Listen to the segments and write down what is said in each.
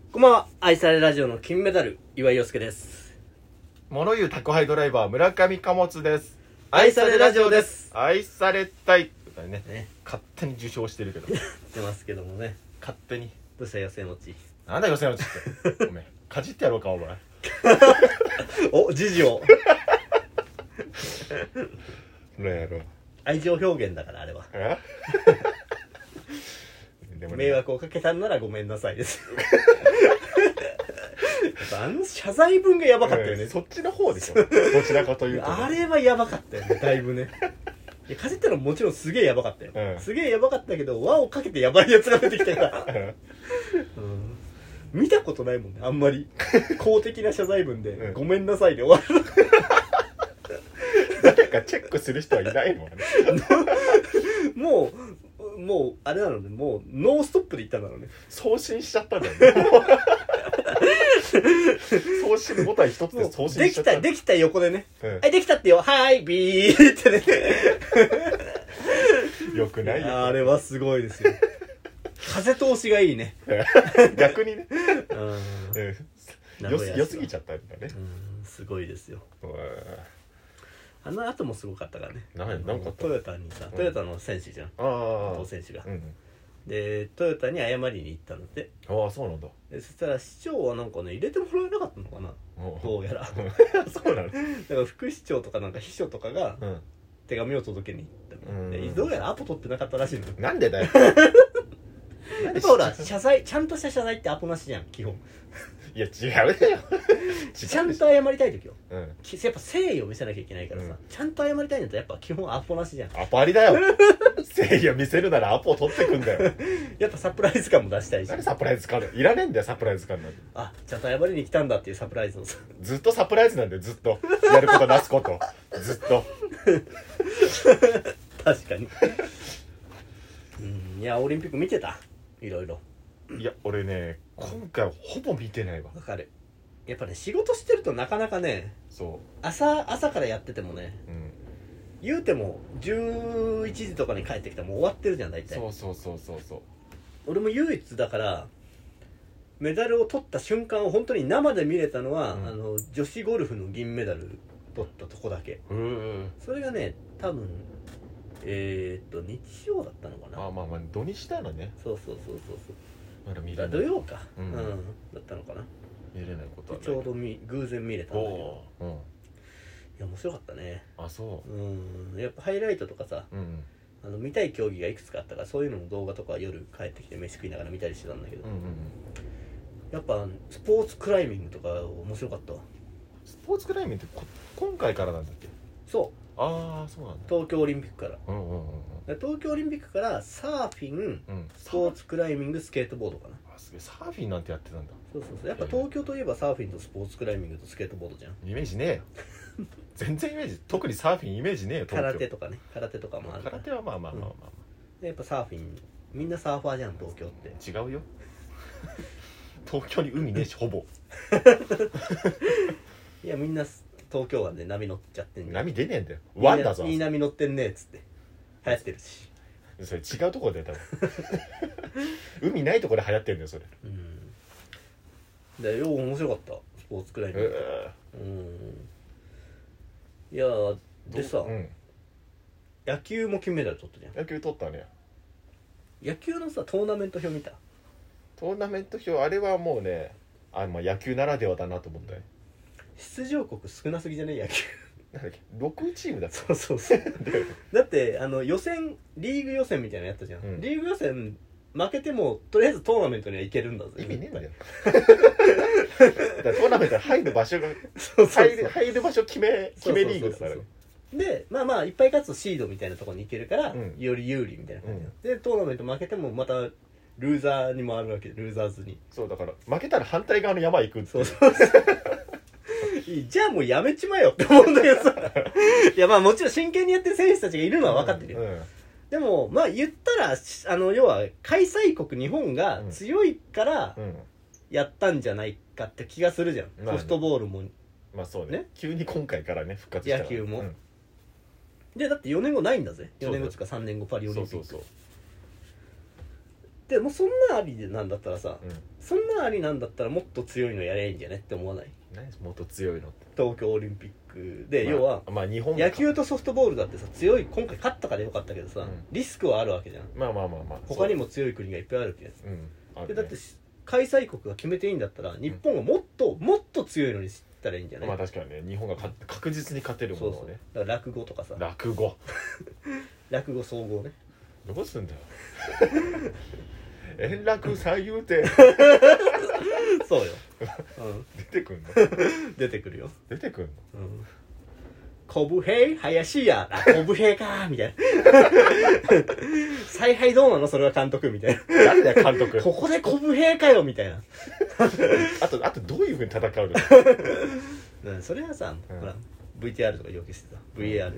こんばんは。愛されラジオの金メダル岩井陽介です。 物言う宅配ドライバー村上貨物です。 愛されラジオです。 愛されたいとかね、 ね、 勝手に受賞してるけど出ますけどもね。 勝手にどうした寄せ持ち。 なんだ寄せ持ちってごめんかじってやろうかお前お、時事をやろう愛情表現だからあれはでも、ね、 迷惑をかけたんならごめんなさいですあの謝罪文がやばかったよね、 そっちの方でしょどちらかというと、ね、 あれはやばかったよね、だいぶね。いやかじったのももちろんすげえやばかったよ、すげえやばかったけど輪をかけてやばいやつが出てきたから、見たことないもんね、あんまり公的な謝罪文で、ごめんなさいで終わる誰かチェックする人はいないのもうあれなのね、もうノーストップで言ったんだろうね。 送信しちゃったんだよね送信ボタン一つで送信しちゃったできた横でね、はい、できたってよ、はいビーってねよくないよ。 あれはすごいですよ。風通しがいいね逆にね良すぎちゃったんだね。 すごいですよ。あの後もすごかったからね。 なんかトヨタにさ、トヨタの選手じゃん、当選手が、でトヨタに謝りに行ったので、 ああそうなんだ。 でそしたら市長はなんかね入れてもらえなかったのかな、どうやらそうなの。だから副市長とかなんか秘書とかが手紙を届けに行ったの、でどうやらアポ取ってなかったらしいの。 なんでだよやっぱほら謝罪、ちゃんとした謝罪ってアポなしじゃん基本。 いや違うだよちゃんと謝りたい時よ、 やっぱ誠意を見せなきゃいけないからさ、ちゃんと謝りたいんだったらやっぱ基本アポなしじゃん。 アポありだよ誠意を見せるならアポを取ってくんだよやっぱサプライズ感も出したいし。 何サプライズ感いらねえんだよ。サプライズ感なんてちゃんと謝りに来たんだっていうサプライズをさ、 ずっとサプライズなんだよ。ずっとやることなすことずっと確かにいやオリンピック見てた、いろいろ。 いや俺ね今回はほぼ見てないわ。 わかる。やっぱね仕事してるとなかなかね、 そう朝からやっててもね、言うても11時とかに帰ってきたらもう終わってるじゃん大体。 そう俺も唯一だからメダルを取った瞬間を本当に生で見れたのは、女子ゴルフの銀メダル取ったとこだけ。それがね多分日曜だったのかな。 まあ土日だよね。 そうまだ見れない。 土曜か、だったのかな。 見れないことはない。 ちょうど偶然見れたんだけど、いや面白かったね。やっぱハイライトとかさ、見たい競技がいくつかあったから、そういうのの動画とか夜帰ってきて飯食いながら見たりしてたんだけど、やっぱスポーツクライミングとか面白かったわ。 スポーツクライミングって今回からなんだっけ。 そう、 そうなんだ。 東京オリンピックから、東京オリンピックからサーフィン、スポーツクライミング、スケートボードかな。 すげえ、サーフィンなんてやってたんだ。 そうやっぱ東京といえばサーフィンとスポーツクライミングとスケートボードじゃん。 イメージねえよ全然イメージ、特にサーフィンイメージねえよ。 空手とかね、空手とかもあるから。 空手はまあ、 やっぱサーフィンみんなサーファーじゃん東京って。 違うよ東京に海ねえしほぼいやみんな東京湾で波乗っちゃってんじゃん。 波出ねえんだよ。湾だぞ。 いい波乗ってんねっつって流行ってるし。 それ違うところで多分海ないところで流行ってんだよそれ。 で面白かったスポーツクライミング。いやでさ、野球も金メダル取ったじゃん。 野球取ったね。 野球のさトーナメント表見た？ トーナメント表あれはもうね、野球ならではだなと思ったよ。 出場国少なすぎじゃね野球なんだっけ6チームだった。 そうだって予選リーグ予選みたいなのやったじゃん、リーグ予選負けてもとりあえずトーナメントには行けるんだぜ。 意味ねえんだよだからトーナメントに入る場所が入る場所決めリーグだからね。 でまあいっぱい勝つとシードみたいなところに行けるから、より有利みたいな感じで、トーナメント負けてもまたルーザーにもあるわけで、ルーザーズに。 そうだから負けたら反対側の山行くって。 じゃあもうやめちまえよって思うんだけどさいやもちろん真剣にやってる選手たちがいるのは分かってるよ、でも言ったら要は開催国日本が強いからやったんじゃないかって気がするじゃん、ソフトボールも。 そうね、急に今回からね復活したから野球も、でだって4年後ないんだぜ。4年後つか3年後パリオリンピック。 でもそんなありなんだったらさ、そんなありなんだったらもっと強いのやりゃいいんじゃねって思わない？ 何もっと強いのって。 東京オリンピックで、要は、 日本野球とソフトボールだってさ、強い、今回勝ったからよかったけどさ、リスクはあるわけじゃん。他にも強い国がいっぱいあるわけです、でだって開催国が決めていいんだったら、日本がもっと強いのにしたらいいんじゃない？ 確かにね、日本が確実に勝てるものをね。 だから落語とかさ、 落語総合ね。 どうすんだよ円楽三遊亭そうよ、 出てくんの出てくるよ。 出てくんの、 コブヘイ林家、コブヘイかみたいな采配どうなのそれは監督みたいな。 誰だよ監督ここでコブヘイかよみたいなあとどういうふうに戦うのそれはさ、ほら VTR とか要求してた VAR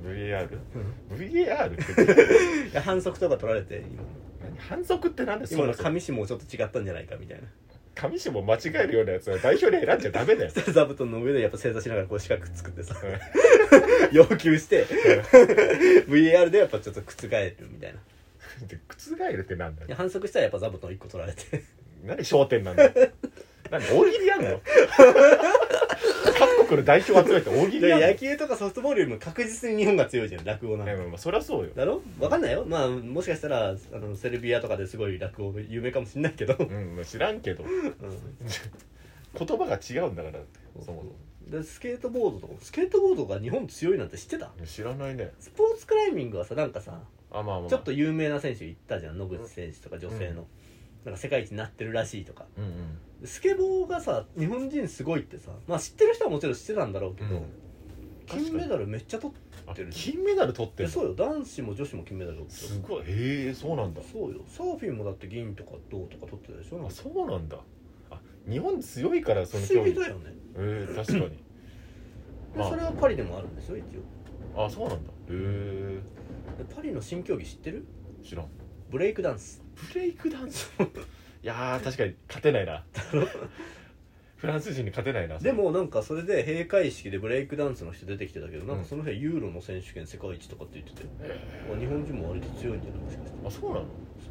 って反則とか取られて、 反則ってなんで今の上下もちょっと違ったんじゃないかみたいな。 上下間違えるようなやつは代表で選んじゃダメだよ座布団の上でやっぱ正座しながらこう四角作ってさ要求してVAR でやっぱちょっと覆るみたいな。 覆るってなんだよ。 反則したらやっぱ座布団1個取られて何焦点なんだよ何大喜利やんの各国の代表集めて大喜利やんの。 野球とかソフトボールよりも確実に日本が強いじゃん、落語なんて。 そりゃそうよ。 だろ？分かんないよ。もしかしたらセルビアとかですごい落語有名かもしんないけど、 知らんけど、言葉が違うんだから。そもでスケートボードが日本強いなんて知ってた？ 知らないね。 スポーツクライミングはさ、なんかさ、ちょっと有名な選手いったじゃん、野口選手とか女性の、なんか世界一になってるらしいとか、スケボーがさ日本人すごいってさ、知ってる人はもちろん知ってたんだろうけど、金メダルめっちゃ取ってる。 金メダル取ってる。 そうよ、男子も女子も金メダル取ってる。 すごい。そうなんだ。 そうよ、サーフィンもだって銀とか銅とか取ってたでしょ。 そうなんだ。日本強いからその競技。 不思議だよね。 確かにそれはパリでもあるんですよ一応。そうなんだ。 パリの新競技知ってる？ 知らん。 ブレイクダンスいや確かに勝てないなフランス人に勝てないな。 でもなんかそれで閉会式でブレイクダンスの人出てきてたけど、なんかその辺ユーロの選手権世界一とかって言ってて、日本人も割と強いんじゃない？もしかして。 そうなの？ そう。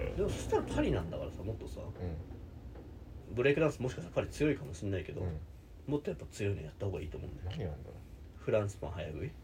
でもそしたらパリなんだからさ、もっとさ、ブレイクダンスもしかしたらパリ強いかもしれないけど、もっとやっぱ強いのやった方がいいと思うんだよ。 何なんだろう。 フランスパン早食い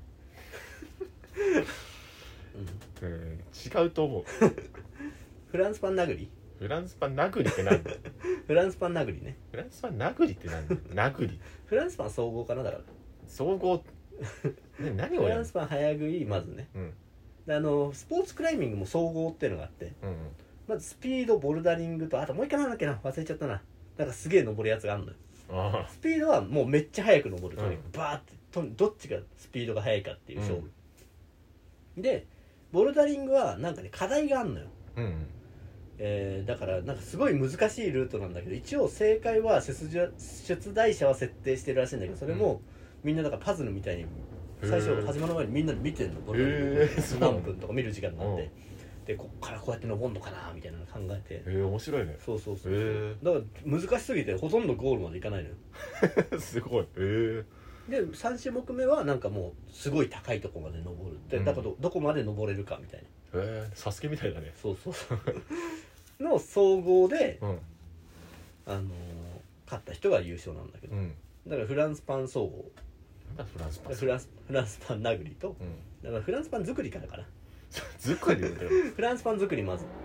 違うと思うフランスパン殴りってなんだフランスパン殴りね。 フランスパン殴りってなんだ殴りフランスパン総合かな、だから総合何をフランスパン早食いまずね、でスポーツクライミングも総合っていうのがあって、まずスピード、ボルダリングと、あともう一回なんだっけな、忘れちゃったな。なんかすげえ登るやつがあるのよ。スピードはもうめっちゃ速く登る、とにかくバーってどっちがスピードが速いかっていう勝負、でボルダリングはなんかね課題があるのよ、だからなんかすごい難しいルートなんだけど、一応正解は出題者は設定してるらしいんだけど、それもみんなだからパズルみたいに最初始まる前にみんなで見てんの、ボルダリング何分とか見る時間があって、でこっからこうやって登るのかなみたいなの考えて、 面白いね。 そうだから難しすぎてほとんどゴールまでいかないのよすごい。 で3種目目はなんかもうすごい高いところまで登るって、だからどこまで登れるかみたいな、 サスケみたいだね。 そうの総合で、勝った人が優勝なんだけど、だからフランスパン総合、フランスパン殴りと、だからフランスパン作りからかな作りだよフランスパン作りまず、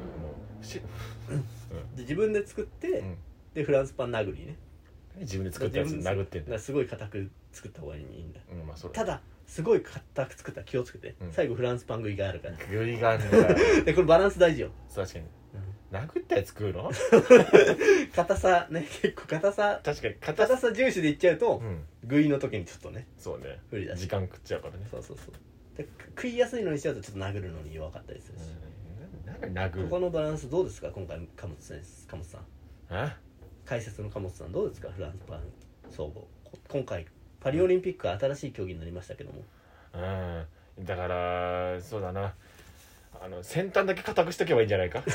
で自分で作って、でフランスパン殴りね、 自分で作ったやつ殴ってんだ。 すごい硬く作った方がいいんだ、ただすごい硬く作ったら気をつけて、最後フランスパン食いがあるから、 食いがあるんだでこれバランス大事よ。 確かに、殴ったやつ食うの硬さね、結構硬さ重視でいっちゃうと、食いの時にちょっとね、 そうね、 不利だし時間食っちゃうからね。 そうで食いやすいのにしちゃうとちょっと殴るのに弱かったりするし、ここのバランスどうですか今回？貨物さん、解説の貨物さんどうですか？フランスパン総合、今回パリオリンピックは新しい競技になりましたけども、 だからそうだな、先端だけ硬くしとけばいいんじゃないか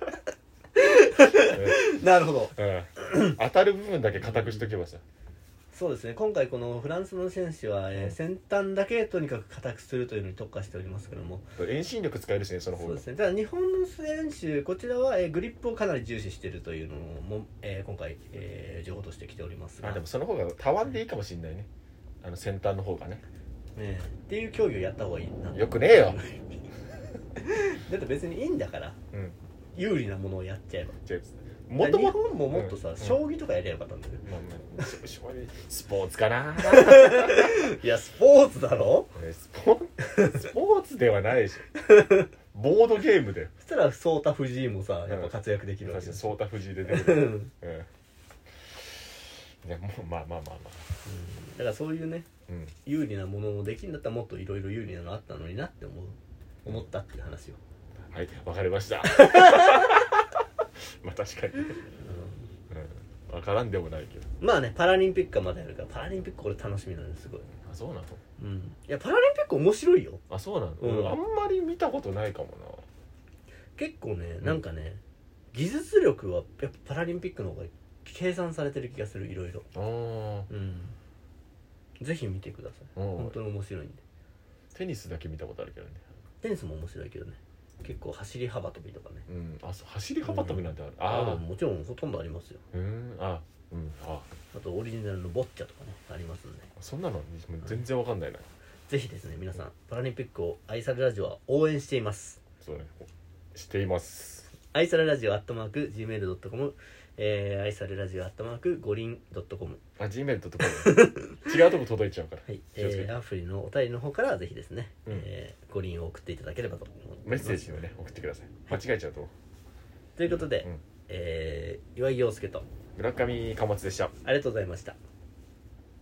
なるほど、 当たる部分だけ硬くしとけばさ、 そうですね、今回このフランスの選手は、先端だけとにかく硬くするというのに特化しておりますけども、 遠心力使えるしね、その方が。 そうですね。ただ日本の選手こちらは、グリップをかなり重視しているというのも、今回、情報として来ておりますが、 でもその方がたわんでいいかもしれないね、先端の方がね。 っていう競技をやった方がいいな。 よくねえよだって別にいいんだから、有利なものをやっちゃえば。 もとも日本ももっとさ、将棋とかやりゃよかったんだよ、 スポーツかな。 いやスポーツだろ。 スポーツではないでしょ。ボードゲームだよ。 そしたら颯太藤井もさ、やっぱ活躍できるわけです。颯太藤井で出てくる。いやもうまあ、だからそういうね、有利なものもできるんだったらもっといろいろ有利なのあったのになって思ったっていう話を。 はい、わかりました。まあ確かに、分からんでもないけど、 まあね、パラリンピックはまだやるから、パラリンピックこれ楽しみなんです。すごい。 あ、そうなの。 いやパラリンピック面白いよ。 あ、そうなの、あんまり見たことないかもな。 結構ね、なんかね、技術力はやっぱパラリンピックの方が計算されてる気がする、いろいろ。ぜひ見てください。本当に面白いんで。 テニスだけ見たことあるけどね。 テニスも面白いけどね、結構走り幅跳びとかね。 あ、そう、走り幅跳びなんてある。 もちろんほとんどありますよ。あとオリジナルのボッチャとかねありますんで。 そんなの全然わかんないな。 ぜひですね、皆さんパラリンピックを愛されラジオは応援しています。 そうね、しています。 愛されラジオ@gmail.com、愛されラジオゴリン.com、 gmail.com 違うとこ届いちゃうから、 アプリのお便りの方からぜひですね、ゴリンを送っていただければと思います。 メッセージをね送ってください。間違えちゃうと。 ということで、岩井陽介と村上貨物でした。 ありがとうございました。